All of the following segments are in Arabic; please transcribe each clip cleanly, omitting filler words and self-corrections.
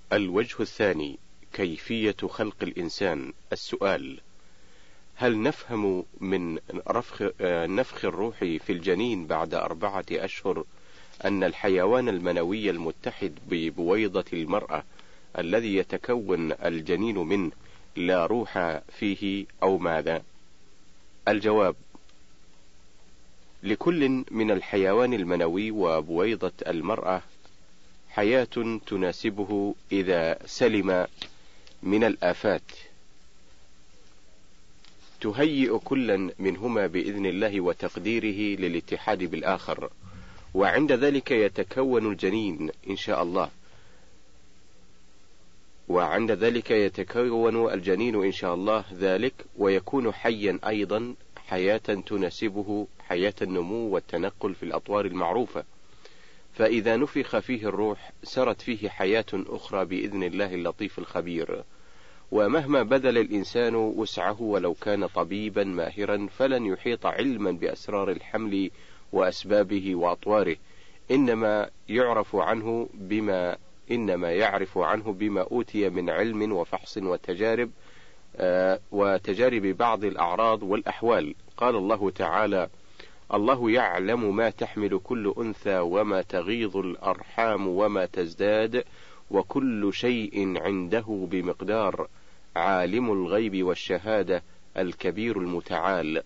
الوجه الثاني: كيفية خلق الإنسان. السؤال: هل نفهم من نفخ الروح في الجنين بعد 4 أشهر أن الحيوان المنوي المتحد ببويضة المرأة الذي يتكون الجنين منه لا روح فيه أو ماذا؟ الجواب: لكل من الحيوان المنوي وبويضة المرأة حياة تناسبه إذا سلم من الآفات تهيئ كلا منهما بإذن الله وتقديره للاتحاد بالآخر، وعند ذلك يتكون الجنين إن شاء الله، ذلك ويكون حيا أيضا حياة تناسبه حياة النمو والتنقل في الأطوار المعروفة. فإذا نفخ فيه الروح سرت فيه حياة أخرى بإذن الله اللطيف الخبير. ومهما بذل الإنسان وسعه ولو كان طبيبا ماهرا فلن يحيط علما بأسرار الحمل وأسبابه وأطواره، إنما يعرف عنه بما أوتي من علم وفحص وتجارب بعض الأعراض والأحوال. قال الله تعالى: الله يعلم ما تحمل كل أنثى وما تغيض الأرحام وما تزداد وكل شيء عنده بمقدار، عالم الغيب والشهادة الكبير المتعال.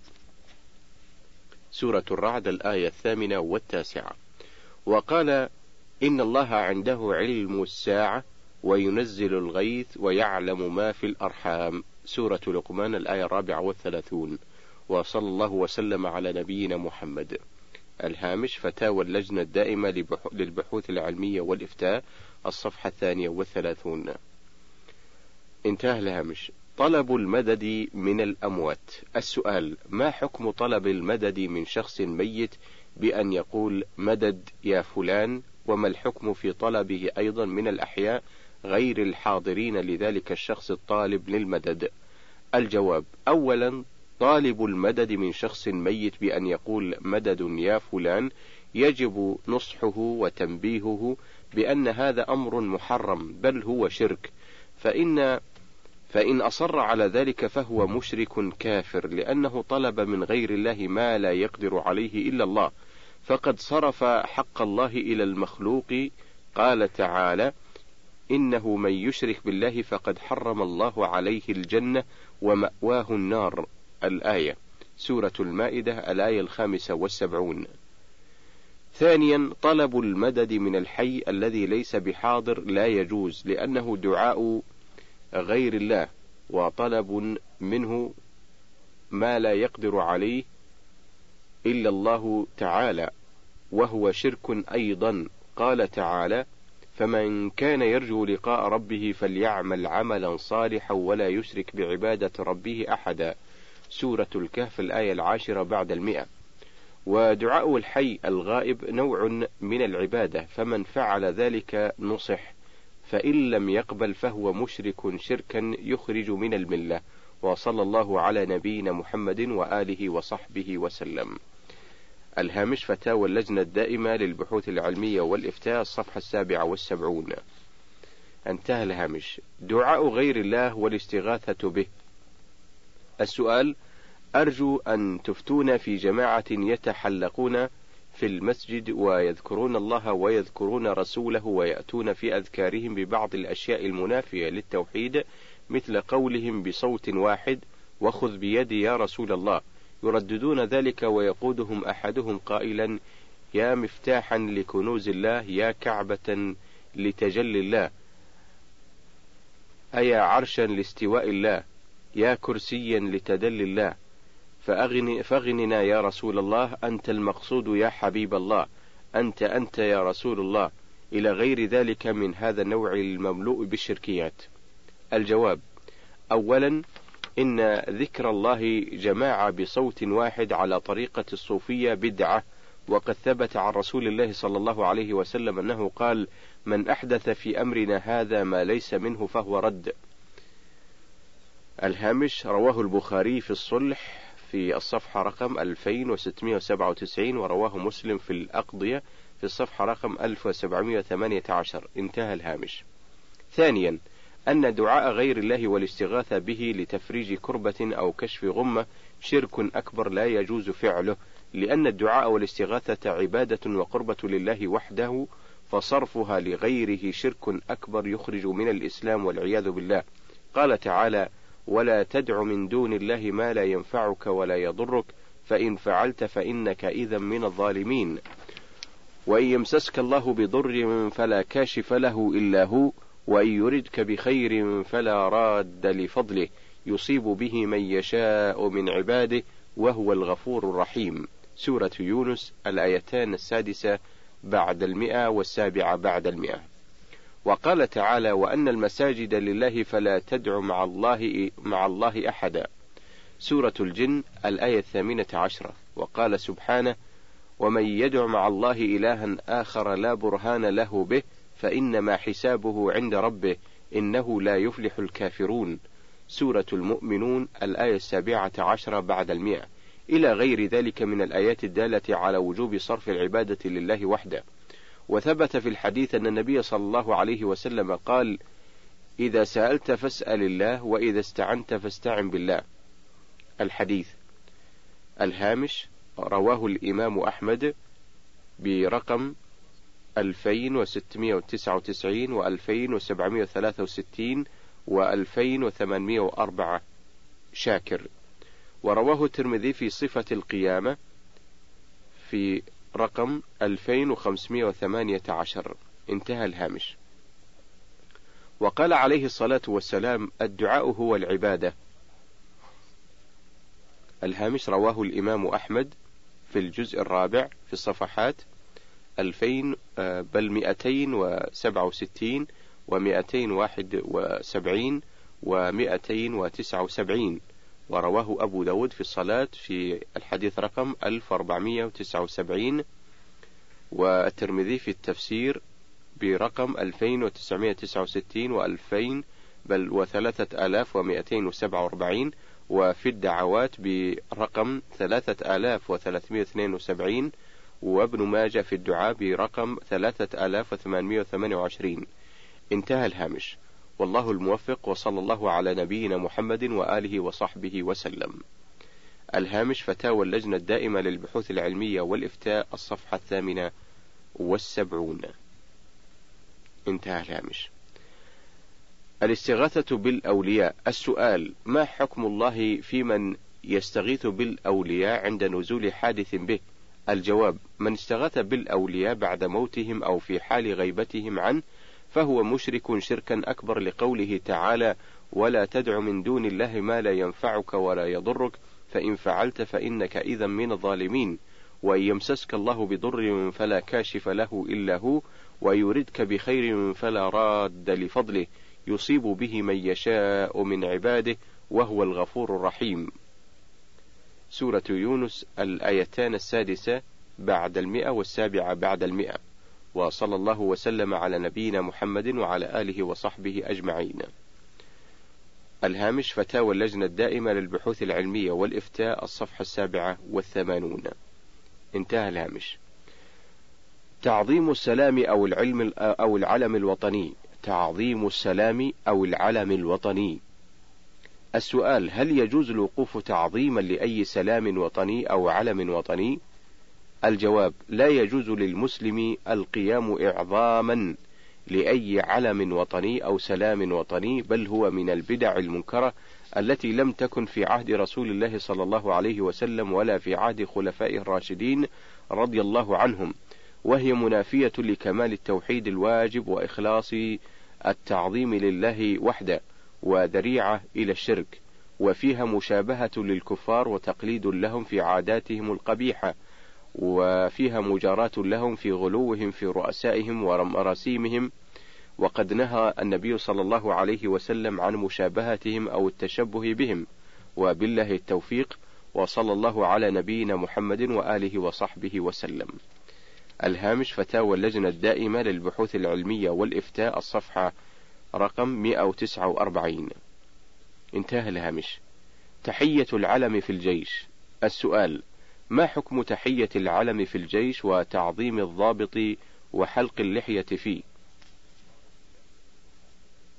سورة الرعد الآية 8 و9. وقال: إن الله عنده علم الساعة وينزل الغيث ويعلم ما في الأرحام. سورة لقمان الآية 34. وصلى الله وسلم على نبينا محمد. الهامش: فتاوى اللجنة الدائمة للبحوث العلمية والإفتاء، الصفحة 32. انتهى الهامش. طلب المدد من الأموات. السؤال: ما حكم طلب المدد من شخص ميت بأن يقول مدد يا فلان؟ وما الحكم في طلبه أيضا من الأحياء غير الحاضرين لذلك الشخص الطالب للمدد؟ الجواب: أولا، طالب المدد من شخص ميت بأن يقول مدد يا فلان يجب نصحه وتنبيهه بأن هذا أمر محرم بل هو شرك، فإن أصر على ذلك فهو مشرك كافر، لأنه طلب من غير الله ما لا يقدر عليه إلا الله، فقد صرف حق الله إلى المخلوق. قال تعالى: إنه من يشرك بالله فقد حرم الله عليه الجنة ومأواه النار. الآية، سورة المائدة الآية 75. ثانيا، طلب المدد من الحي الذي ليس بحاضر لا يجوز، لأنه دعاء غير الله وطلب منه ما لا يقدر عليه إلا الله تعالى، وهو شرك أيضا. قال تعالى: فمن كان يرجو لقاء ربه فليعمل عملا صالحا ولا يشرك بعبادة ربه أحدا. سورة الكهف الآية 10 بعد 100. ودعاء الحي الغائب نوع من العبادة، فمن فعل ذلك نصح، فإن لم يقبل فهو مشرك شركا يخرج من الملة. وصلى الله على نبينا محمد وآله وصحبه وسلم. الهامش: فتاوى اللجنة الدائمة للبحوث العلمية والإفتاء، الصفحة 77. انتهى الهامش. دعاء غير الله والاستغاثة به. السؤال: أرجو أن تفتون في جماعة يتحلقون في المسجد ويذكرون الله ويذكرون رسوله ويأتون في أذكارهم ببعض الأشياء المنافية للتوحيد، مثل قولهم بصوت واحد: وخذ بيدي يا رسول الله، يرددون ذلك ويقودهم أحدهم قائلا: يا مفتاحا لكنوز الله، يا كعبة لتجلي الله، أيا عرشا لاستواء الله، يا كرسيا لتدلي الله، فأغننا يا رسول الله، أنت المقصود يا حبيب الله، أنت يا رسول الله، إلى غير ذلك من هذا النوع المملوء بالشركيات. الجواب: أولا، إن ذكر الله جماعة بصوت واحد على طريقة الصوفية بدعة، وقد ثبت عن رسول الله صلى الله عليه وسلم أنه قال: من أحدث في أمرنا هذا ما ليس منه فهو رد. الهامش: رواه البخاري في الصلح في الصفحة رقم 2697، ورواه مسلم في الأقضية في الصفحة رقم 1718. انتهى الهامش. ثانيا أن دعاء غير الله والاستغاثة به لتفريج كربة أو كشف غمة شرك أكبر لا يجوز فعله، لأن الدعاء والاستغاثة عبادة وقربة لله وحده، فصرفها لغيره شرك أكبر يخرج من الإسلام والعياذ بالله. قال تعالى: ولا تدع من دون الله ما لا ينفعك ولا يضرك فإن فعلت فإنك إذا من الظالمين. وإن يمسسك الله بضر فلا كاشف له إلا هو، وإن يردك بخير فلا راد لفضله يصيب به من يشاء من عباده وهو الغفور الرحيم. سورة يونس، الآيتان 6 بعد 100 و7 بعد 100. وقال تعالى: وأن المساجد لله فلا تدع مع الله أحدا. سورة الجن، الآية 18. وقال سبحانه: ومن يدع مع الله إلها آخر لا برهان له به فإنما حسابه عند ربه إنه لا يفلح الكافرون. سورة المؤمنون، الآية 17 بعد 100، إلى غير ذلك من الآيات الدالة على وجوب صرف العبادة لله وحده. وثبت في الحديث أن النبي صلى الله عليه وسلم قال: إذا سألت فاسأل الله وإذا استعنت فاستعن بالله. الحديث. الهامش: رواه الإمام أحمد برقم 2699 و2763 و2804 شاكر. ورواه الترمذي في صفة القيامة في رقم 2518. انتهى الهامش. وقال عليه الصلاة والسلام: الدعاء هو العبادة. الهامش: رواه الإمام أحمد في الجزء الرابع في الصفحات 267 و271 و279. ورواه أبو داود في الصلاة في الحديث رقم 1479، والترمذي في التفسير برقم 2969 و3247، وفي الدعوات برقم 3372، وابن ماجه في الدعاء برقم 3828. انتهى الهامش. والله الموفق، وصلى الله على نبينا محمد وآله وصحبه وسلم. الهامش: فتاوى اللجنة الدائمة للبحوث العلمية والإفتاء، الصفحة 78. انتهى الهامش. الاستغاثة بالأولياء. السؤال: ما حكم الله في من يستغيث بالأولياء عند نزول حادث به؟ الجواب: من استغاث بالأولياء بعد موتهم أو في حال غيبتهم عنه فهو مشرك شركا أكبر، لقوله تعالى: ولا تدع من دون الله ما لا ينفعك ولا يضرك فإن فعلت فإنك إذا من الظالمين. وإن يمسسك الله بضر فلا كاشف له إلا هو، ويردك بخير فلا راد لفضله يصيب به من يشاء من عباده وهو الغفور الرحيم. سورة يونس، الآيتان 6 بعد 100 و7 بعد 100. وصلى الله وسلم على نبينا محمد وعلى آله وصحبه أجمعين. الهامش: فتاوى اللجنة الدائمة للبحوث العلمية والإفتاء، الصفحة 87. انتهى الهامش. تعظيم السلام أو العلم الوطني. تعظيم السلام أو العلم الوطني. السؤال: هل يجوز الوقوف تعظيما لأي سلام وطني أو علم وطني؟ الجواب: لا يجوز للمسلم القيام إعظاما لأي علم وطني أو سلام وطني، بل هو من البدع المنكرة التي لم تكن في عهد رسول الله صلى الله عليه وسلم ولا في عهد خلفائه الراشدين رضي الله عنهم، وهي منافية لكمال التوحيد الواجب وإخلاص التعظيم لله وحده، وذريعة إلى الشرك، وفيها مشابهة للكفار وتقليد لهم في عاداتهم القبيحة، وفيها مجاراة لهم في غلوهم في رؤسائهم ومراسيمهم. وقد نهى النبي صلى الله عليه وسلم عن مشابهتهم أو التشبه بهم، وبالله التوفيق، وصلى الله على نبينا محمد وآله وصحبه وسلم. الهامش: فتاوى اللجنة الدائمة للبحوث العلمية والإفتاء، الصفحة رقم 149. انتهى الهامش. تحية العلم في الجيش. السؤال: ما حكم تحية العلم في الجيش وتعظيم الضابط وحلق اللحية فيه؟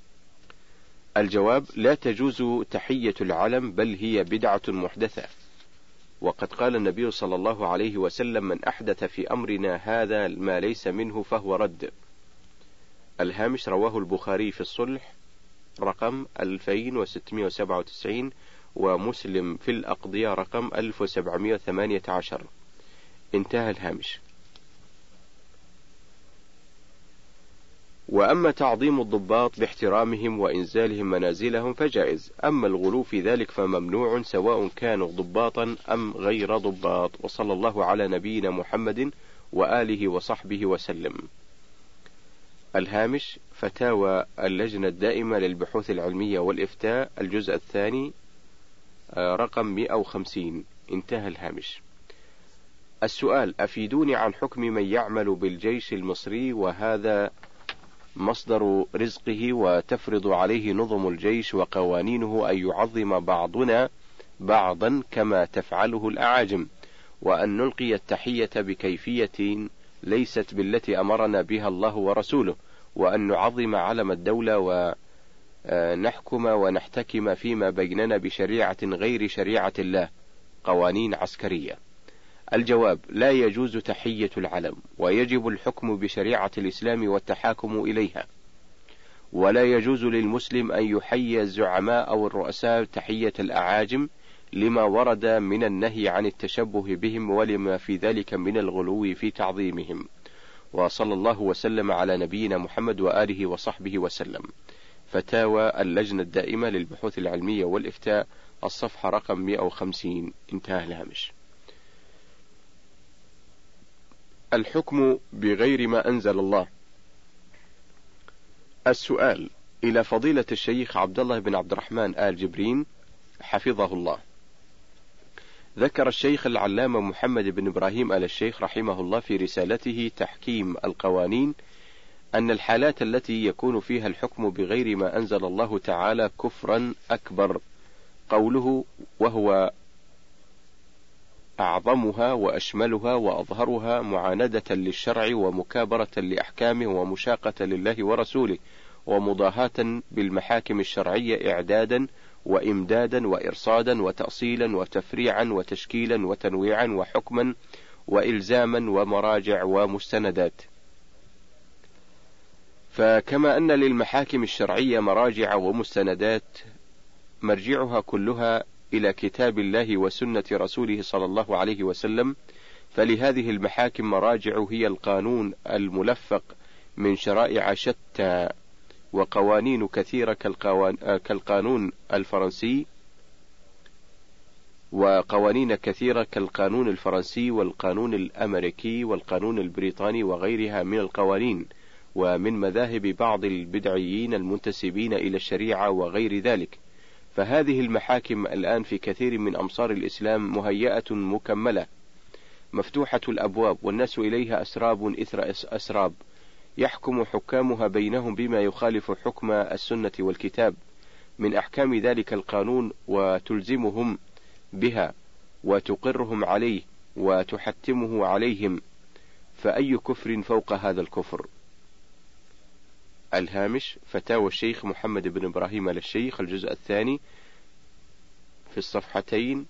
الجواب: لا تجوز تحية العلم، بل هي بدعة محدثة، وقد قال النبي صلى الله عليه وسلم: من أحدث في أمرنا هذا ما ليس منه فهو رد. الهامش: رواه البخاري في الصلح رقم 2697، ومسلم في الأقضية رقم 1718. انتهى الهامش. وأما تعظيم الضباط باحترامهم وإنزالهم منازلهم فجائز، أما الغلو في ذلك فممنوع، سواء كانوا ضباطا أم غير ضباط. وصلى الله على نبينا محمد وآله وصحبه وسلم. الهامش: فتاوى اللجنة الدائمة للبحوث العلمية والإفتاء، الجزء الثاني رقم 150. انتهى الهامش. السؤال: أفيدوني عن حكم من يعمل بالجيش المصري وهذا مصدر رزقه، وتفرض عليه نظم الجيش وقوانينه أن يعظم بعضنا بعضا كما تفعله الأعاجم، وأن نلقي التحية بكيفية ليست بالتي أمرنا بها الله ورسوله، وأن نعظم علم الدولة ونحكم ونحتكم فيما بيننا بشريعة غير شريعة الله، قوانين عسكرية. الجواب: لا يجوز تحية العلم، ويجب الحكم بشريعة الإسلام والتحاكم إليها، ولا يجوز للمسلم أن يحيي الزعماء أو الرؤساء تحية الأعاجم، لما ورد من النهي عن التشبه بهم، ولما في ذلك من الغلو في تعظيمهم. وصلى الله وسلم على نبينا محمد وآله وصحبه وسلم. فتاوى اللجنة الدائمة للبحوث العلمية والإفتاء، الصفحة رقم 150. انتهى الهامش. الحكم بغير ما أنزل الله. السؤال: إلى فضيلة الشيخ عبد الله بن عبد الرحمن آل جبرين حفظه الله. ذكر الشيخ العلامة محمد بن إبراهيم آل الشيخ رحمه الله في رسالته تحكيم القوانين أن الحالات التي يكون فيها الحكم بغير ما أنزل الله تعالى كفرا أكبر. قوله: وهو أعظمها وأشملها وأظهرها معاندة للشرع ومكابرة لأحكامه ومشاقة لله ورسوله ومضاهاة بالمحاكم الشرعية إعدادا وإمدادا وإرصادا وتأصيلا وتفريعا وتشكيلا وتنويعا وحكما وإلزاما ومراجع ومستندات. فكما أن للمحاكم الشرعية مراجع ومستندات مرجعها كلها إلى كتاب الله وسنة رسوله صلى الله عليه وسلم، فلهذه المحاكم مراجع هي القانون الملفق من شرائع شتى وقوانين كثيرة كالقانون الفرنسي، وقوانين كثيرة كالقانون الفرنسي والقانون الأمريكي والقانون البريطاني وغيرها من القوانين، ومن مذاهب بعض البدعيين المنتسبين إلى الشريعة وغير ذلك. فهذه المحاكم الآن في كثير من أمصار الإسلام مهيئة مكملة مفتوحة الأبواب، والناس إليها أسراب إثر أسراب، يحكم حكامها بينهم بما يخالف حكم السنة والكتاب من أحكام ذلك القانون، وتلزمهم بها وتقرهم عليه وتحتمه عليهم، فأي كفر فوق هذا الكفر. الهامش: فتاوى الشيخ محمد بن إبراهيم آل الشيخ، الجزء الثاني في الصفحتين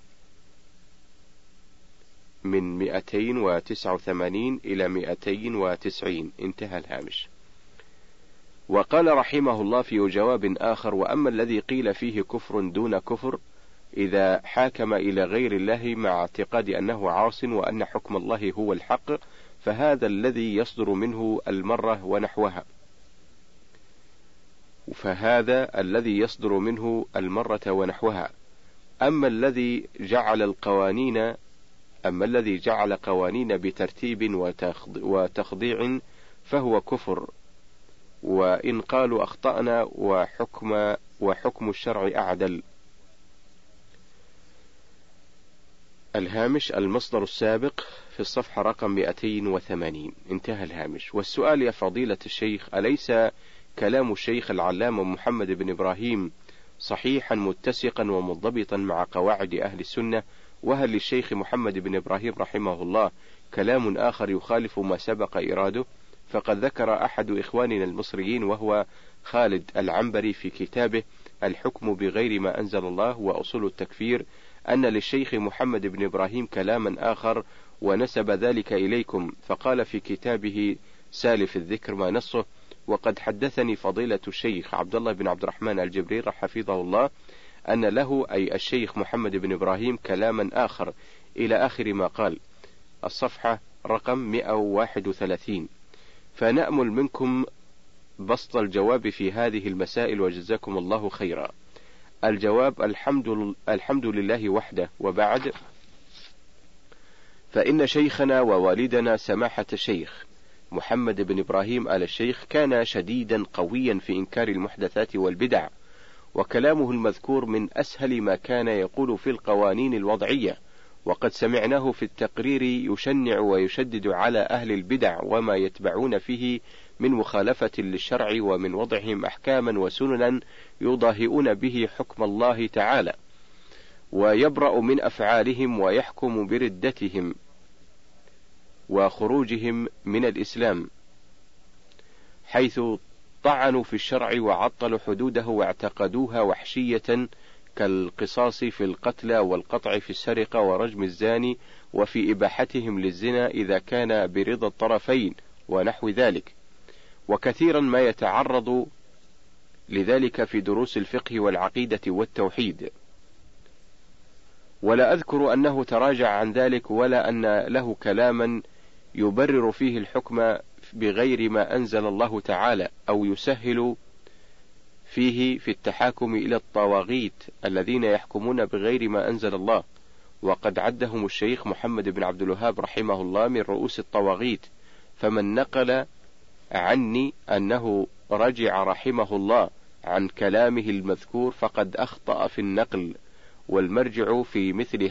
من 289 إلى 290. انتهى الهامش. وقال رحمه الله في جواب آخر: وأما الذي قيل فيه كفر دون كفر إذا حاكم إلى غير الله مع اعتقاد أنه عاص وأن حكم الله هو الحق، فهذا الذي يصدر منه المرة ونحوها. أما الذي جعل قوانين بترتيب وتخضيع فهو كفر، وإن قالوا أخطأنا وحكم الشرع أعدل. الهامش: المصدر السابق في الصفحة رقم 280. انتهى الهامش. والسؤال: يا فضيلة الشيخ، أليس كلام الشيخ العلامة محمد بن إبراهيم صحيحا متسقا ومنضبطا مع قواعد أهل السنة؟ وهل للشيخ محمد بن إبراهيم رحمه الله كلام آخر يخالف ما سبق إراده؟ فقد ذكر أحد إخواننا المصريين وهو خالد العنبري في كتابه الحكم بغير ما أنزل الله وأصول التكفير أن للشيخ محمد بن إبراهيم كلاما آخر ونسب ذلك إليكم، فقال في كتابه سالف الذكر ما نصه: وقد حدثني فضيلة الشيخ عبد الله بن عبد الرحمن الجبرير حفظه الله أن له أي الشيخ محمد بن إبراهيم كلاما آخر إلى آخر ما قال. الصفحة رقم 131. فنأمل منكم بسط الجواب في هذه المسائل وجزاكم الله خيرا. الجواب: الحمد لله وحده، وبعد، فإن شيخنا ووالدنا سماحة الشيخ محمد بن إبراهيم آل الشيخ كان شديدا قويا في إنكار المحدثات والبدع، وكلامه المذكور من أسهل ما كان يقول في القوانين الوضعية، وقد سمعناه في التقرير يشنع ويشدد على أهل البدع وما يتبعون فيه من مخالفة للشرع ومن وضعهم أحكاما وسننا يضاهئون به حكم الله تعالى، ويبرأ من أفعالهم ويحكم بردتهم وخروجهم من الإسلام، حيث طعنوا في الشرع وعطلوا حدوده واعتقدوها وحشية كالقصاص في القتلى والقطع في السرقة ورجم الزاني، وفي إباحتهم للزنا إذا كان برضا الطرفين ونحو ذلك، وكثيرا ما يتعرض لذلك في دروس الفقه والعقيدة والتوحيد. ولا أذكر أنه تراجع عن ذلك ولا أن له كلاما يبرر فيه الحكم بغير ما أنزل الله تعالى أو يسهل فيه في التحاكم إلى الطواغيت الذين يحكمون بغير ما أنزل الله، وقد عدهم الشيخ محمد بن عبد الوهاب رحمه الله من رؤوس الطواغيت، فمن نقل عني أنه رجع رحمه الله عن كلامه المذكور فقد أخطأ في النقل، والمرجع في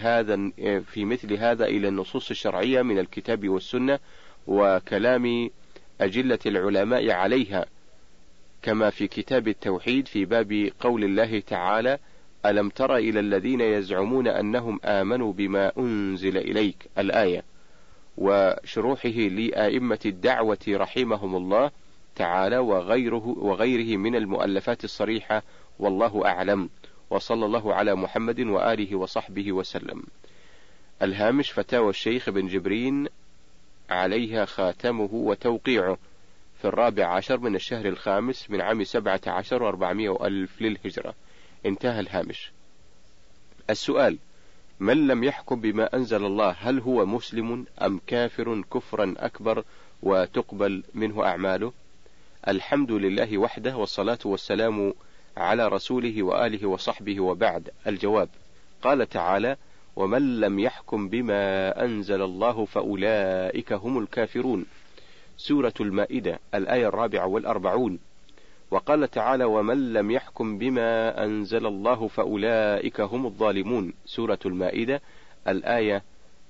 مثل هذا إلى النصوص الشرعية من الكتاب والسنة وكلام أجلة العلماء عليها، كما في كتاب التوحيد في باب قول الله تعالى: ألم تر إلى الذين يزعمون أنهم آمنوا بما أنزل إليك، الآية، وشروحه لأئمة الدعوة رحمهم الله تعالى وغيره من المؤلفات الصريحة، والله أعلم، وصلى الله على محمد وآله وصحبه وسلم. الهامش: فتاوى الشيخ بن جبرين عليها خاتمه وتوقيعه في 14 من الشهر الخامس من عام 17 و400 ألف للهجرة. انتهى الهامش. السؤال: من لم يحكم بما أنزل الله هل هو مسلم أم كافر كفرا أكبر وتقبل منه أعماله؟ الحمد لله وحده، والصلاة والسلام على رسوله وآله وصحبه، وبعد. الجواب: قال تعالى: ومن لم يحكم بما أنزل الله فأولئك هم الكافرون، سورة المائدة الآية 44. وقال تعالى: ومن لم يحكم بما أنزل الله فأولئك هم الظالمون، سورة المائدة الآية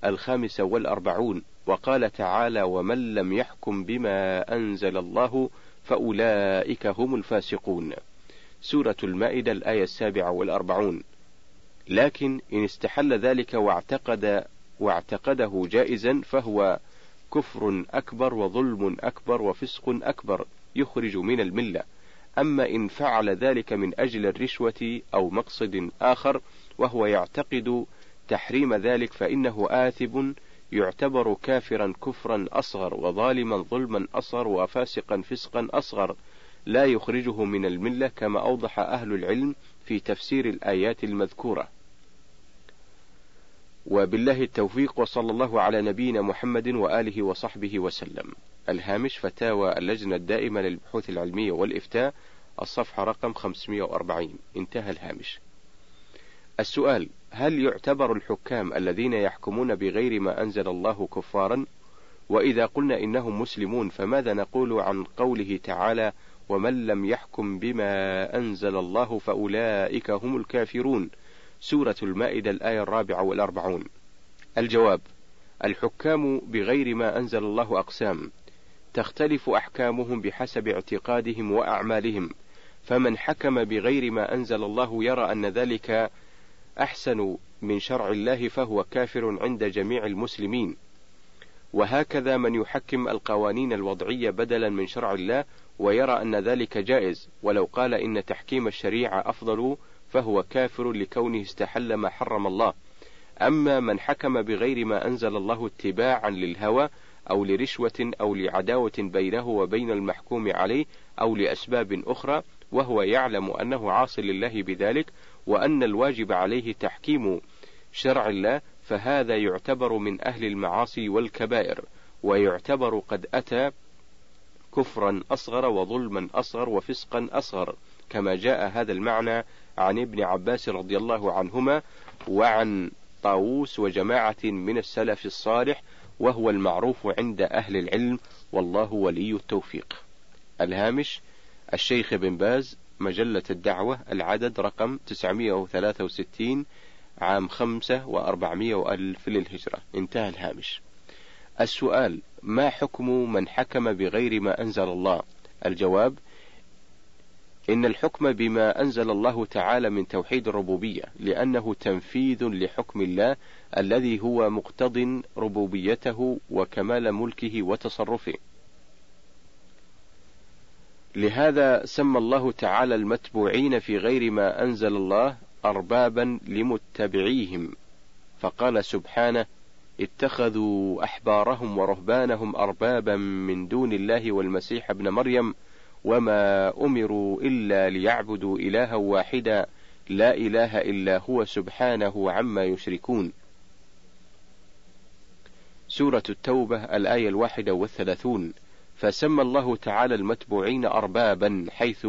45. وقال تعالى: ومن لم يحكم بما أنزل الله فأولئك هم الفاسقون، سورة المائدة الآية 47. لكن إن استحل ذلك واعتقده جائزا فهو كفر أكبر وظلم أكبر وفسق أكبر يخرج من الملة. أما إن فعل ذلك من أجل الرشوة أو مقصد آخر وهو يعتقد تحريم ذلك فإنه آثم، يعتبر كافرا كفرا أصغر وظالما ظلما أصغر وفاسقا فسقا أصغر، لا يخرجه من الملة، كما أوضح أهل العلم في تفسير الآيات المذكورة. وبالله التوفيق، وصلى الله على نبينا محمد وآله وصحبه وسلم. الهامش: فتاوى اللجنة الدائمة للبحوث العلمية والإفتاء، الصفحة رقم 540. انتهى الهامش. السؤال: هل يعتبر الحكام الذين يحكمون بغير ما أنزل الله كفارا؟ وإذا قلنا إنهم مسلمون فماذا نقول عن قوله تعالى: ومن لم يحكم بما أنزل الله فأولئك هم الكافرون، سورة المائدة الآية 44. الجواب: الحكام بغير ما أنزل الله أقسام، تختلف أحكامهم بحسب اعتقادهم وأعمالهم، فمن حكم بغير ما أنزل الله يرى أن ذلك أحسن من شرع الله فهو كافر عند جميع المسلمين، وهكذا من يحكم القوانين الوضعية بدلا من شرع الله ويرى أن ذلك جائز، ولو قال إن تحكيم الشريعة أفضل فهو كافر لكونه استحل ما حرم الله. أما من حكم بغير ما أنزل الله اتباعا للهوى أو لرشوة أو لعداوة بينه وبين المحكوم عليه أو لأسباب أخرى، وهو يعلم أنه عاص لله بذلك وأن الواجب عليه تحكيم شرع الله، فهذا يعتبر من أهل المعاصي والكبائر، ويعتبر قد أتى كفرا أصغر وظلما أصغر وفسقا أصغر، كما جاء هذا المعنى عن ابن عباس رضي الله عنهما وعن طاووس وجماعة من السلف الصالح، وهو المعروف عند أهل العلم، والله ولي التوفيق. الهامش: الشيخ بن باز، مجلة الدعوة، العدد رقم 963 عام 5 و400 وألف للهجرة. انتهى الهامش. السؤال: ما حكم من حكم بغير ما أنزل الله؟ الجواب: إن الحكم بما أنزل الله تعالى من توحيد الربوبية، لأنه تنفيذ لحكم الله الذي هو مقتض ربوبيته وكمال ملكه وتصرفه. لهذا سمى الله تعالى المتبوعين في غير ما أنزل الله أربابا لمتبعيهم، فقال سبحانه: اتخذوا أحبارهم ورهبانهم أربابا من دون الله والمسيح ابن مريم وما أمروا إلا ليعبدوا إلها واحدا لا إله إلا هو سبحانه عما يشركون. سورة التوبة الآية 31. فسمى الله تعالى المتبوعين أربابا حيث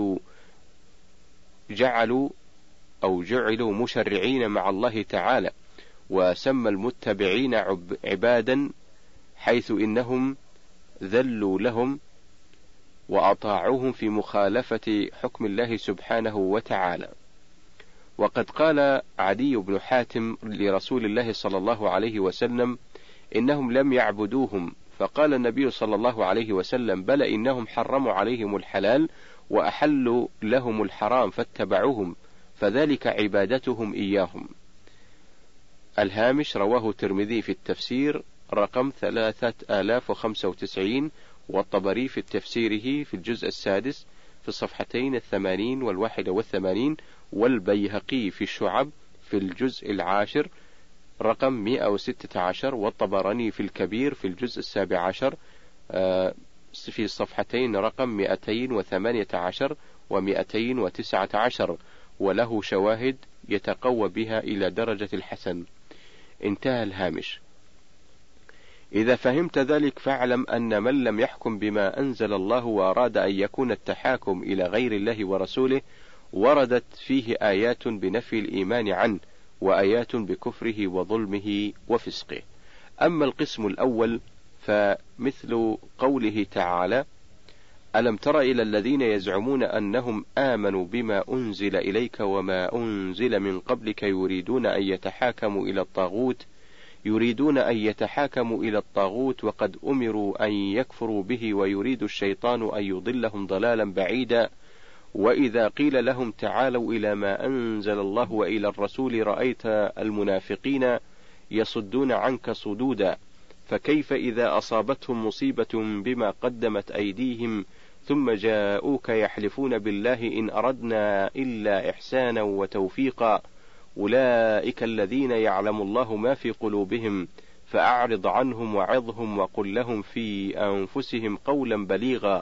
جعلوا مشرعين مع الله تعالى، وسمى المتبعين عبادا حيث إنهم ذلوا لهم وأطاعوهم في مخالفة حكم الله سبحانه وتعالى. وقد قال عدي بن حاتم لرسول الله صلى الله عليه وسلم: إنهم لم يعبدوهم، فقال النبي صلى الله عليه وسلم: بل إنهم حرموا عليهم الحلال وأحلوا لهم الحرام فاتبعوهم، فذلك عبادتهم إياهم. الهامش: رواه الترمذي في التفسير رقم 3095، والطبري في تفسيره في الجزء السادس في الصفحتين 80 و81، والبيهقي في الشعب في الجزء العاشر رقم 116، والطبراني في الكبير في الجزء 17 في الصفحتين رقم 218 و219، وله شواهد يتقوى بها إلى درجة الحسن. انتهى الهامش. إذا فهمت ذلك فاعلم أن من لم يحكم بما أنزل الله وأراد أن يكون التحاكم إلى غير الله ورسوله وردت فيه آيات بنفي الإيمان عنه وآيات بكفره وظلمه وفسقه. أما القسم الأول فمثل قوله تعالى: ألم تر إلى الذين يزعمون أنهم آمنوا بما أنزل إليك وما أنزل من قبلك يريدون أن يتحاكموا إلى الطاغوت وقد أمروا أن يكفروا به ويريد الشيطان أن يضلهم ضلالا بعيدا. وإذا قيل لهم تعالوا إلى ما أنزل الله وإلى الرسول رأيت المنافقين يصدون عنك صدودا، فكيف إذا أصابتهم مصيبة بما قدمت أيديهم ثم جاءوك يحلفون بالله إن أردنا إلا إحسانا وتوفيقا، أولئك الذين يعلم الله ما في قلوبهم فأعرض عنهم وعظهم وقل لهم في أنفسهم قولا بليغا،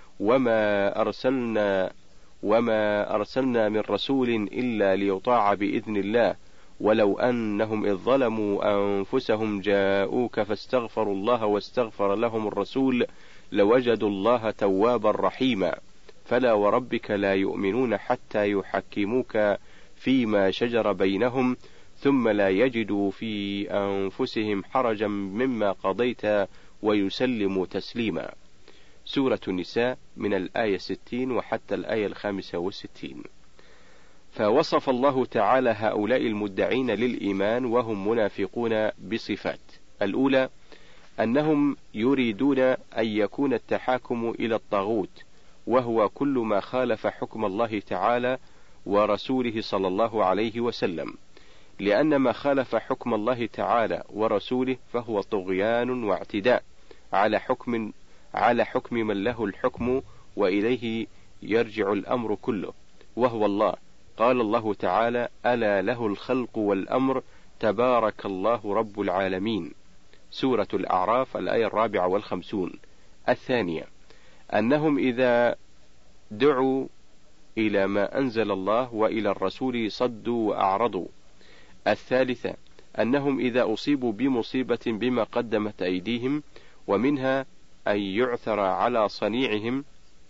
وما أرسلنا من رسول إلا ليطاع بإذن الله، ولو أنهم إذ ظلموا أنفسهم جاءوك فاستغفروا الله واستغفر لهم الرسول لوجدوا الله توابا رحيما. فلا وربك لا يؤمنون حتى يحكموك فيما شجر بينهم ثم لا يجدوا في أنفسهم حرجا مما قضيت ويسلموا تسليما. سورة النساء من الآية 60 وحتى الآية 65. فوصف الله تعالى هؤلاء المدعين للإيمان وهم منافقون بصفات: الأولى أنهم يريدون أن يكون التحاكم إلى الطاغوت، وهو كل ما خالف حكم الله تعالى ورسوله صلى الله عليه وسلم، لأن ما خالف حكم الله تعالى ورسوله فهو طغيان واعتداء، على حكم من له الحكم وإليه يرجع الأمر كله وهو الله. قال الله تعالى: ألا له الخلق والأمر تبارك الله رب العالمين. سورة الأعراف الآية 54. الثانية أنهم إذا دعوا إلى ما أنزل الله وإلى الرسول صدوا وأعرضوا. الثالثة أنهم إذا أصيبوا بمصيبة بما قدمت أيديهم ومنها أن يعثر على صنيعهم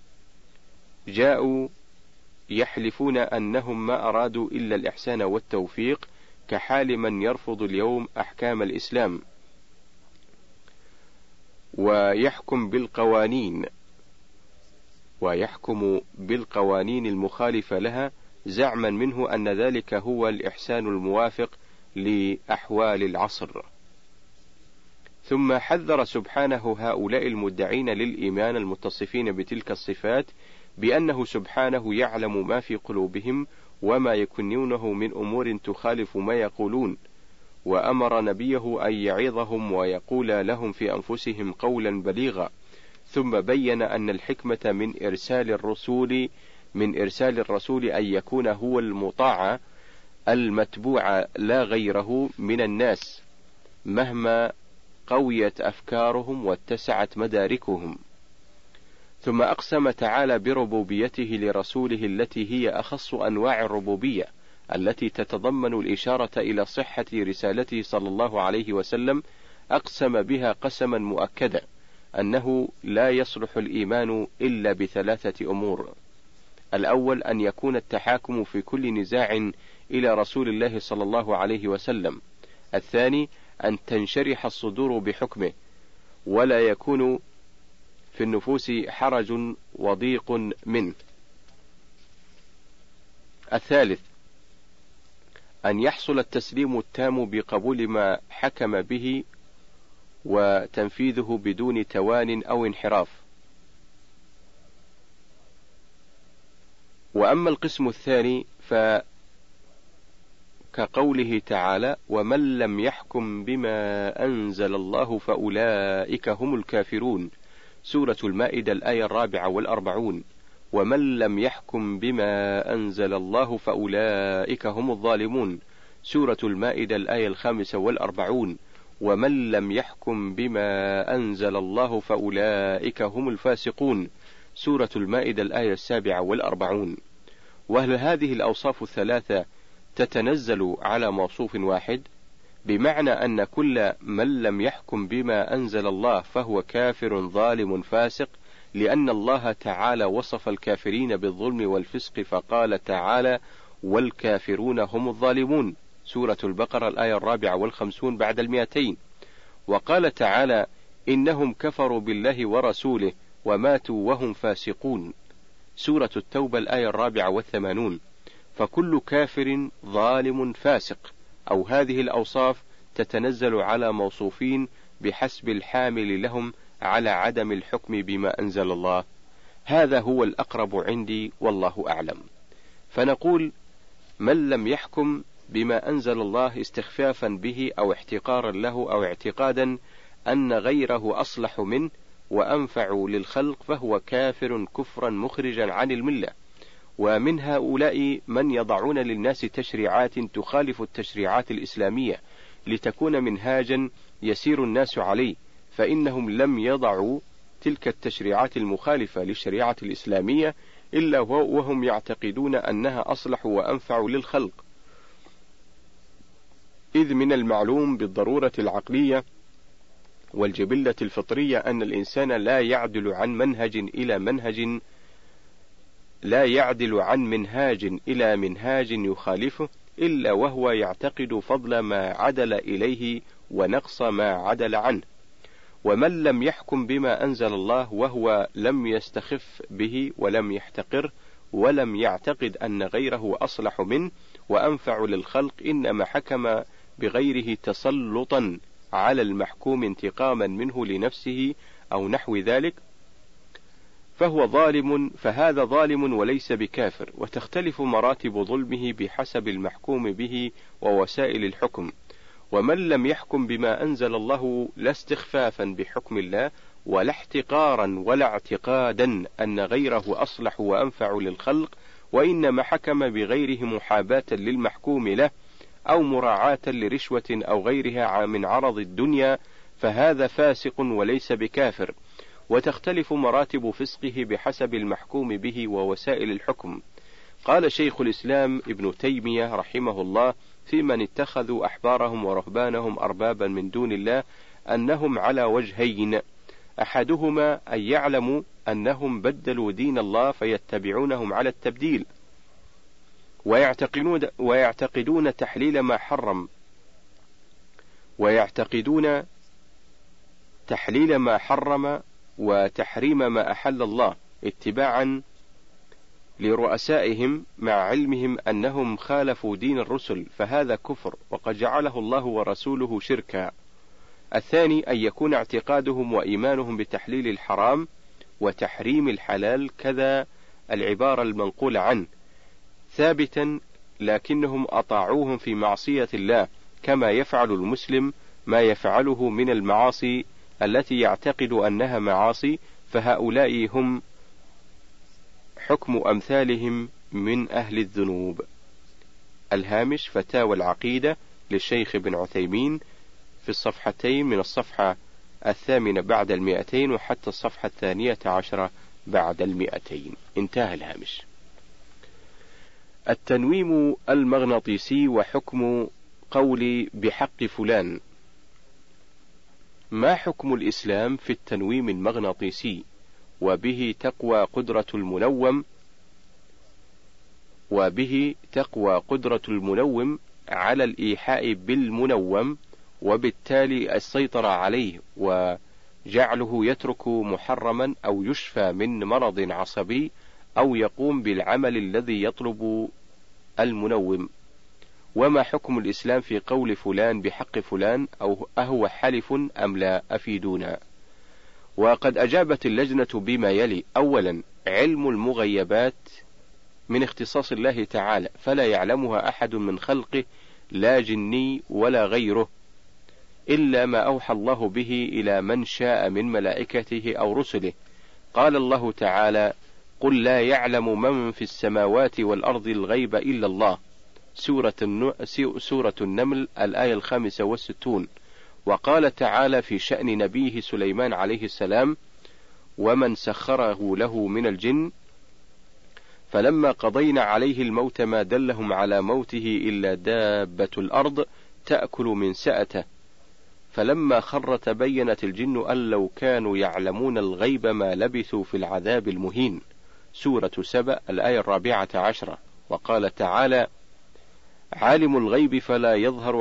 جاءوا يحلفون أنهم ما أرادوا إلا الإحسان والتوفيق، كحال من يرفض اليوم أحكام الإسلام ويحكم بالقوانين المخالفة لها، زعما منه أن ذلك هو الإحسان الموافق لأحوال العصر. ثم حذر سبحانه هؤلاء المدعين للإيمان المتصفين بتلك الصفات بأنه سبحانه يعلم ما في قلوبهم وما يكنونه من أمور تخالف ما يقولون، وأمر نبيه أن يعظهم ويقول لهم في أنفسهم قولا بليغا. ثم بين أن الحكمة من إرسال الرسول أن يكون هو المطاع المتبوع لا غيره من الناس مهما قويت أفكارهم واتسعت مداركهم. ثم أقسم تعالى بربوبيته لرسوله التي هي أخص أنواع الربوبية، التي تتضمن الإشارة إلى صحة رسالته صلى الله عليه وسلم. أقسم بها قسما مؤكدا أنه لا يصلح الإيمان إلا بثلاثة أمور: الأول أن يكون التحاكم في كل نزاع إلى رسول الله صلى الله عليه وسلم. الثاني أن تنشرح الصدور بحكمه ولا يكون في النفوس حرج وضيق منه. الثالث أن يحصل التسليم التام بقبول ما حكم به وتنفيذه بدون توان أو انحراف. وأما القسم الثاني فكقوله تعالى: ومن لم يحكم بما أنزل الله فأولئك هم الكافرون. سورة المائدة الآية 44. ومن لم يحكم بما أنزل الله فأولئك هم الظالمون. سورة المائدة الآية 45. ومن لم يحكم بما أنزل الله فأولئك هم الفاسقون. سورة المائدة الآية 47. وهل هذه الأوصاف الثلاثة تتنزل على موصوف واحد؟ بمعنى أن كل من لم يحكم بما أنزل الله فهو كافر ظالم فاسق، لأن الله تعالى وصف الكافرين بالظلم والفسق فقال تعالى: والكافرون هم الظالمون. سورة البقرة الآية 54 بعد 200. وقال تعالى: إنهم كفروا بالله ورسوله وماتوا وهم فاسقون. سورة التوبة الآية 84. فكل كافر ظالم فاسق، أو هذه الأوصاف تتنزل على موصوفين بحسب الحامل لهم على عدم الحكم بما أنزل الله. هذا هو الأقرب عندي والله أعلم. فنقول: من لم يحكم بما أنزل الله استخفافا به أو احتقارا له أو اعتقادا أن غيره أصلح منه وأنفع للخلق فهو كافر كفرا مخرجا عن الملة. ومن هؤلاء من يضعون للناس تشريعات تخالف التشريعات الإسلامية لتكون منهاجا يسير الناس عليه، فإنهم لم يضعوا تلك التشريعات المخالفة للشريعة الإسلامية إلا وهم يعتقدون أنها أصلح وأنفع للخلق، إذ من المعلوم بالضرورة العقلية والجبلة الفطرية أن الإنسان لا يعدل عن منهاج إلى منهاج يخالفه إلا وهو يعتقد فضل ما عدل إليه ونقص ما عدل عنه. ومن لم يحكم بما أنزل الله وهو لم يستخف به ولم يحتقر ولم يعتقد أن غيره أصلح منه وأنفع للخلق، إنما حكم بغيره تسلطا على المحكوم انتقاما منه لنفسه أو نحو ذلك، فهذا ظالم وليس بكافر. وتختلف مراتب ظلمه بحسب المحكوم به ووسائل الحكم. ومن لم يحكم بما أنزل الله لا استخفافا بحكم الله ولا احتقارا ولا اعتقادا أن غيره أصلح وأنفع للخلق، وإنما حكم بغيره محاباة للمحكوم له أو مراعاة لرشوة أو غيرها من عرض الدنيا، فهذا فاسق وليس بكافر، وتختلف مراتب فسقه بحسب المحكوم به ووسائل الحكم. قال شيخ الإسلام ابن تيمية رحمه الله في من اتخذوا أحبارهم ورهبانهم أربابا من دون الله أنهم على وجهين: أحدهما أن يعلموا أنهم بدلوا دين الله فيتبعونهم على التبديل، ويعتقدون تحليل ما حرم، وتحريم ما أحل الله اتباعا لرؤسائهم مع علمهم أنهم خالفوا دين الرسل، فهذا كفر وقد جعله الله ورسوله شركا. الثاني أن يكون اعتقادهم وإيمانهم بتحليل الحرام وتحريم الحلال كذا العبارة المنقولة عنه ثابتا، لكنهم أطاعوهم في معصية الله، كما يفعل المسلم ما يفعله من المعاصي التي يعتقد أنها معاصي، فهؤلاء هم حكم أمثالهم من أهل الذنوب. الهامش: فتاوى العقيدة للشيخ ابن عثيمين في الصفحتين من الصفحة 8 بعد 200 وحتى الصفحة 12 بعد 200. انتهى الهامش. التنويم المغناطيسي وحكم قولي بحق فلان. ما حكم الإسلام في التنويم المغناطيسي؟ وبه تقوى قدرة المنوم على الإيحاء بالمنوم، وبالتالي السيطرة عليه وجعله يترك محرما أو يشفى من مرض عصبي أو يقوم بالعمل الذي يطلب المنوم. وما حكم الإسلام في قول فلان بحق فلان، أو أهو حلف أم لا؟ أفيدونا. وقد أجابت اللجنة بما يلي: أولا، علم المغيبات من اختصاص الله تعالى، فلا يعلمها أحد من خلقه لا جني ولا غيره، إلا ما أوحى الله به إلى من شاء من ملائكته أو رسله. قال الله تعالى: قل لا يعلم من في السماوات والأرض الغيب إلا الله. سورة النمل الآية 65. وقال تعالى في شأن نبيه سليمان عليه السلام: ومن سخره له من الجن فلما قضينا عليه الموت ما دلهم على موته إلا دابة الأرض تأكل من سأته، فلما خر تبينت الجن أن لو كانوا يعلمون الغيب ما لبثوا في العذاب المهين. سورة سبأ الآية 14. وقال تعالى: عالم الغيب فلا يظهر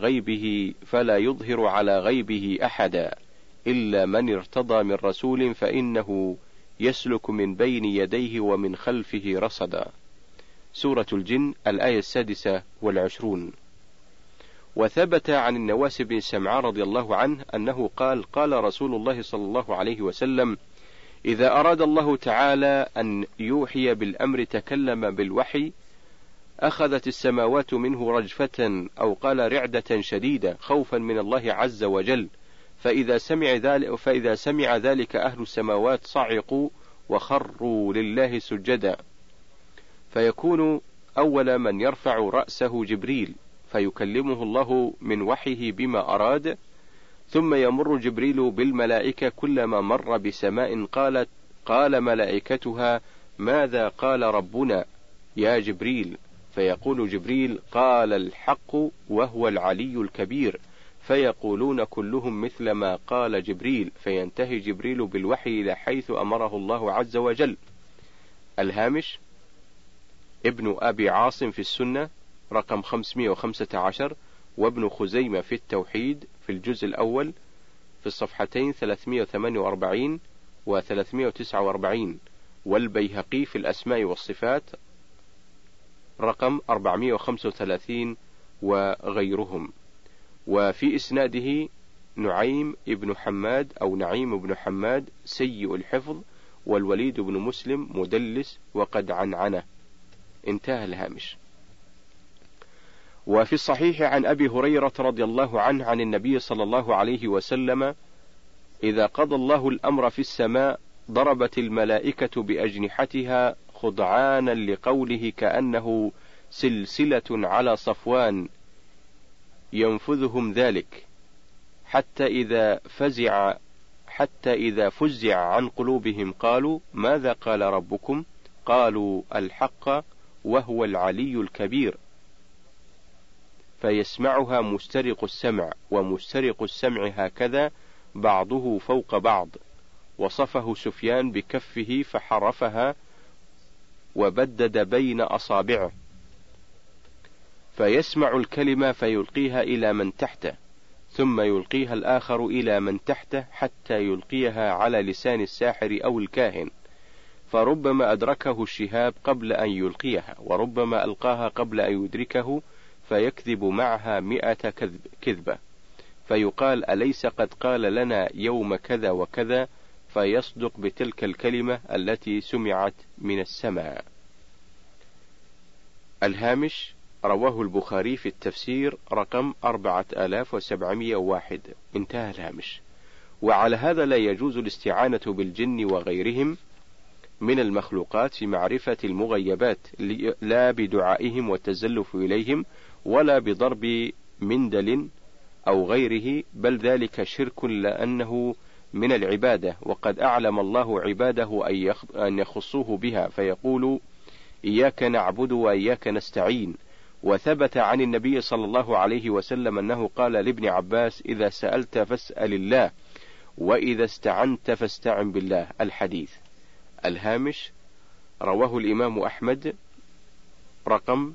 على غيبه أحدا إلا من ارتضى من رسول فإنه يسلك من بين يديه ومن خلفه رصدا. سورة الجن الآية 26. وثبت عن النواس بن سمعان رضي الله عنه أنه قال رسول الله صلى الله عليه وسلم: إذا أراد الله تعالى أن يوحي بالأمر تكلم بالوحي، أخذت السماوات منه رجفة أو قال رعدة شديدة خوفا من الله عز وجل، فإذا سمع ذلك أهل السماوات صعقوا وخروا لله سجدا، فيكون أول من يرفع رأسه جبريل فيكلمه الله من وحيه بما أراد، ثم يمر جبريل بالملائكة كلما مر بسماء قال ملائكتها: ماذا قال ربنا يا جبريل؟ فيقول جبريل: قال الحق وهو العلي الكبير، فيقولون كلهم مثل ما قال جبريل، فينتهي جبريل بالوحي إلى حيث أمره الله عز وجل. الهامش: ابن أبي عاصم في السنة رقم 515، وابن خزيمة في التوحيد في الجزء الأول في الصفحتين 348 و 349، والبيهقي في الأسماء والصفات رقم 435 وغيرهم. وفي إسناده نعيم بن حماد سيء الحفظ، والوليد بن مسلم مدلس وقد عنعنه. انتهى الهامش. وفي الصحيح عن أبي هريرة رضي الله عنه عن النبي صلى الله عليه وسلم: إذا قضى الله الأمر في السماء ضربت الملائكة بأجنحتها خضعانا لقوله كأنه سلسلة على صفوان ينفذهم ذلك، حتى إذا فزع عن قلوبهم قالوا ماذا قال ربكم؟ قالوا الحق وهو العلي الكبير، فيسمعها مسترق السمع، ومسترق السمع هكذا بعضه فوق بعض. وصفه سفيان بكفه فحرفها وبدد بين أصابعه، فيسمع الكلمة فيلقيها إلى من تحته، ثم يلقيها الآخر إلى من تحته حتى يلقيها على لسان الساحر أو الكاهن، فربما أدركه الشهاب قبل أن يلقيها، وربما ألقاها قبل أن يدركه، فيكذب معها 100 كذبة، فيقال أليس قد قال لنا يوم كذا وكذا، فيصدق بتلك الكلمة التي سمعت من السماء. الهامش: رواه البخاري في التفسير رقم 4701. انتهى الهامش. وعلى هذا لا يجوز الاستعانة بالجن وغيرهم من المخلوقات في معرفة المغيبات، لا بدعائهم والتزلف إليهم، ولا بضرب مندل أو غيره، بل ذلك شرك لأنه من العبادة، وقد أعلم الله عباده أن يخصوه بها، فيقول إياك نعبد وإياك نستعين. وثبت عن النبي صلى الله عليه وسلم أنه قال لابن عباس إذا سألت فاسأل الله، وإذا استعنت فاستعن بالله. الحديث. الهامش: رواه الإمام أحمد رقم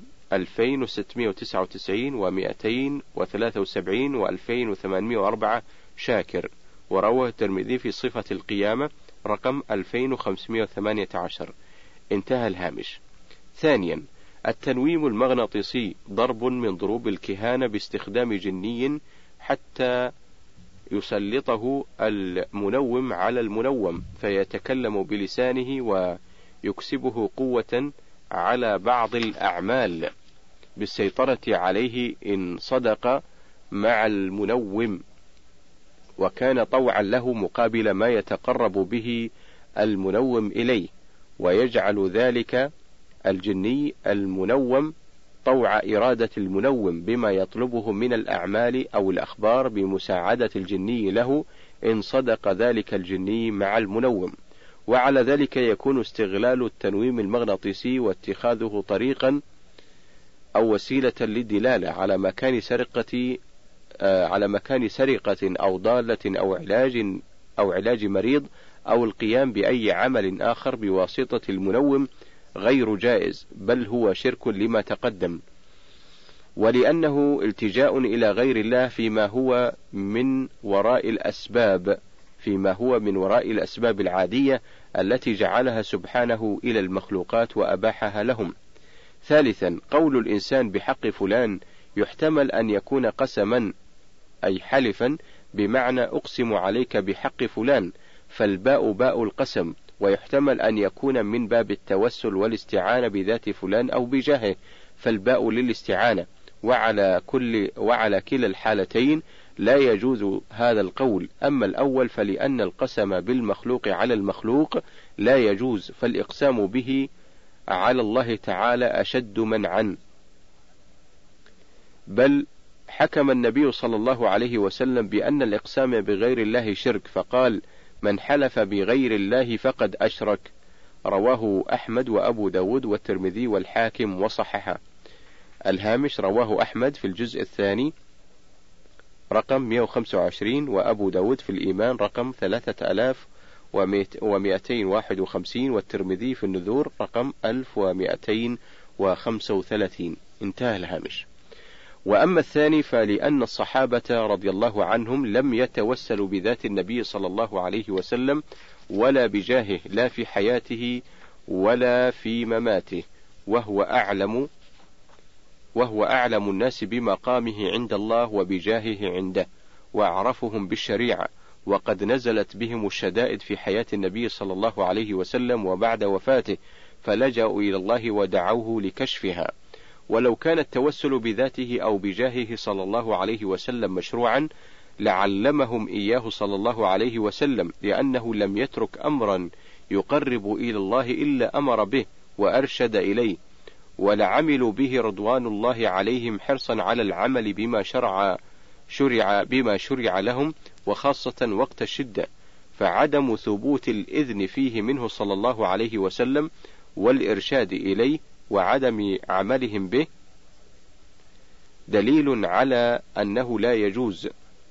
2699 و273 و2804 شاكر، ورواه الترمذي في صفة القيامة رقم 2518. انتهى الهامش. ثانيا: التنويم المغناطيسي ضرب من ضروب الكهانة باستخدام جني حتى يسلطه المنوم على المنوم، فيتكلم بلسانه ويكسبه قوة على بعض الأعمال بالسيطرة عليه إن صدق مع المنوم، وكان طوعا له مقابل ما يتقرب به المنوم إليه، ويجعل ذلك الجني المنوم طوع إرادة المنوم بما يطلبه من الأعمال أو الأخبار بمساعدة الجني له إن صدق ذلك الجني مع المنوم. وعلى ذلك يكون استغلال التنويم المغناطيسي واتخاذه طريقا أو وسيلة للدلالة على مكان سرقة أو ضالة أو علاج مريض، أو القيام بأي عمل آخر بواسطة المنوم غير جائز، بل هو شرك لما تقدم، ولأنه التجاء إلى غير الله فيما هو من وراء الأسباب العادية التي جعلها سبحانه إلى المخلوقات وأباحها لهم. ثالثا: قول الإنسان بحق فلان يحتمل أن يكون قسما، أي حلفا، بمعنى أقسم عليك بحق فلان، فالباء باء القسم، ويحتمل أن يكون من باب التوسل والاستعانة بذات فلان أو بجاهه، فالباء للاستعانة، وعلى كلا الحالتين لا يجوز هذا القول. أما الأول فلأن القسم بالمخلوق على المخلوق لا يجوز، فالإقسام به على الله تعالى أشد منعا. بل حكم النبي صلى الله عليه وسلم بأن الإقسام بغير الله شرك، فقال: من حلف بغير الله فقد أشرك. رواه أحمد وأبو داود والترمذي والحاكم وصححه. الهامش: رواه أحمد في الجزء الثاني رقم 125، وأبو داود في الإيمان رقم 3251، والترمذي في النذور رقم 1235. انتهى الهامش. وأما الثاني فلأن الصحابة رضي الله عنهم لم يتوسلوا بذات النبي صلى الله عليه وسلم ولا بجاهه، لا في حياته ولا في مماته، وهو أعلم الناس بمقامه عند الله وبجاهه عنده، وأعرفهم بالشريعة، وقد نزلت بهم الشدائد في حياة النبي صلى الله عليه وسلم وبعد وفاته، فلجأوا إلى الله ودعوه لكشفها. ولو كان التوسل بذاته أو بجاهه صلى الله عليه وسلم مشروعا لعلمهم إياه صلى الله عليه وسلم، لأنه لم يترك أمرا يقرب إلى الله إلا أمر به وأرشد إليه، ولعملوا به رضوان الله عليهم حرصا على العمل بما شرع لهم، وخاصة وقت الشدة، فعدم ثبوت الإذن فيه منه صلى الله عليه وسلم والإرشاد إليه وعدم عملهم به دليل على أنه لا يجوز.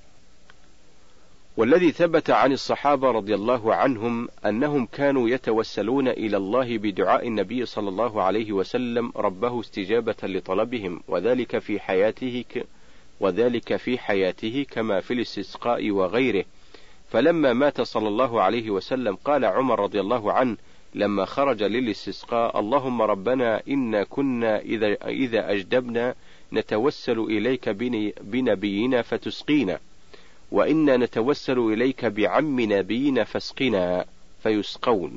والذي ثبت عن الصحابة رضي الله عنهم أنهم كانوا يتوسلون إلى الله بدعاء النبي صلى الله عليه وسلم ربه استجابة لطلبهم، وذلك في حياته كما في الاستسقاء وغيره. فلما مات صلى الله عليه وسلم قال عمر رضي الله عنه لما خرج للاستسقاء: اللهم ربنا إنا كنا إذا أجدبنا نتوسل إليك بنبينا فتسقينا، وإنا نتوسل إليك بعم نبينا فاسقنا، فيسقون.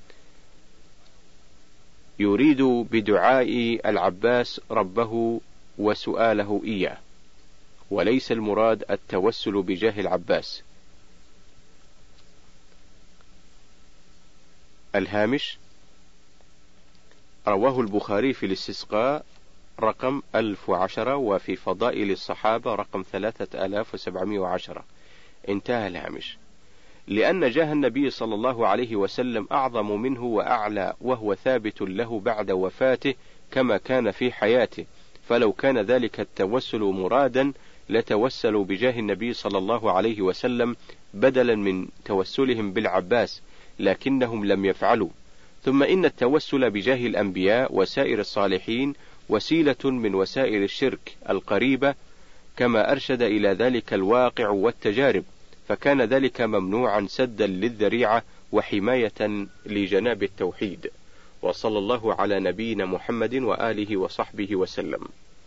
يريد بدعاء العباس ربه وسؤاله إياه، وليس المراد التوسل بجاه العباس. الهامش: رواه البخاري في الاستسقاء رقم 1010، وفي فضائل الصحابة رقم 3710. انتهى الهامش. لأن جاه النبي صلى الله عليه وسلم أعظم منه وأعلى، وهو ثابت له بعد وفاته كما كان في حياته، فلو كان ذلك التوسل مرادا لتوسلوا بجاه النبي صلى الله عليه وسلم بدلا من توسلهم بالعباس، لكنهم لم يفعلوا. ثم إن التوسل بجاه الأنبياء وسائر الصالحين وسيلة من وسائل الشرك القريبة، كما أرشد إلى ذلك الواقع والتجارب، فكان ذلك ممنوعا سدا للذريعة وحماية لجناب التوحيد. وصلى الله على نبينا محمد وآله وصحبه وسلم.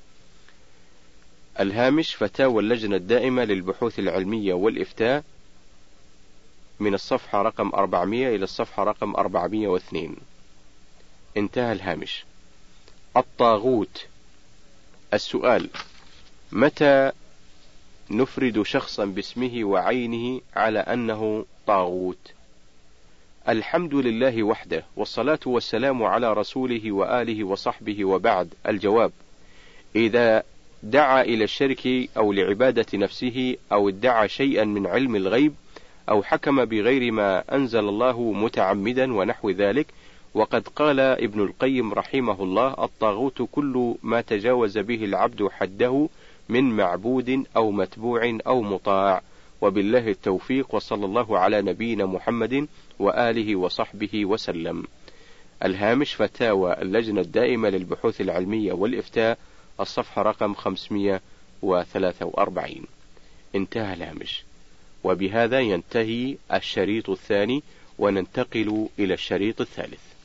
الهامش: فتاوى اللجنة الدائمة للبحوث العلمية والإفتاء، من الصفحة رقم 400 إلى الصفحة رقم 402. انتهى الهامش. الطاغوت. السؤال: متى نفرد شخصا باسمه وعينه على أنه طاغوت؟ الحمد لله وحده، والصلاة والسلام على رسوله وآله وصحبه، وبعد. الجواب: إذا دعا إلى الشرك أو لعبادة نفسه، أو ادعى شيئا من علم الغيب، أو حكم بغير ما أنزل الله متعمدا ونحو ذلك. وقد قال ابن القيم رحمه الله: الطاغوت كل ما تجاوز به العبد حده من معبود أو متبوع أو مطاع. وبالله التوفيق، وصلى الله على نبينا محمد وآله وصحبه وسلم. الهامش: فتاوى اللجنة الدائمة للبحوث العلمية والإفتاء، الصفحة رقم 543. انتهى الهامش. وبهذا ينتهي الشريط الثاني، وننتقل إلى الشريط الثالث.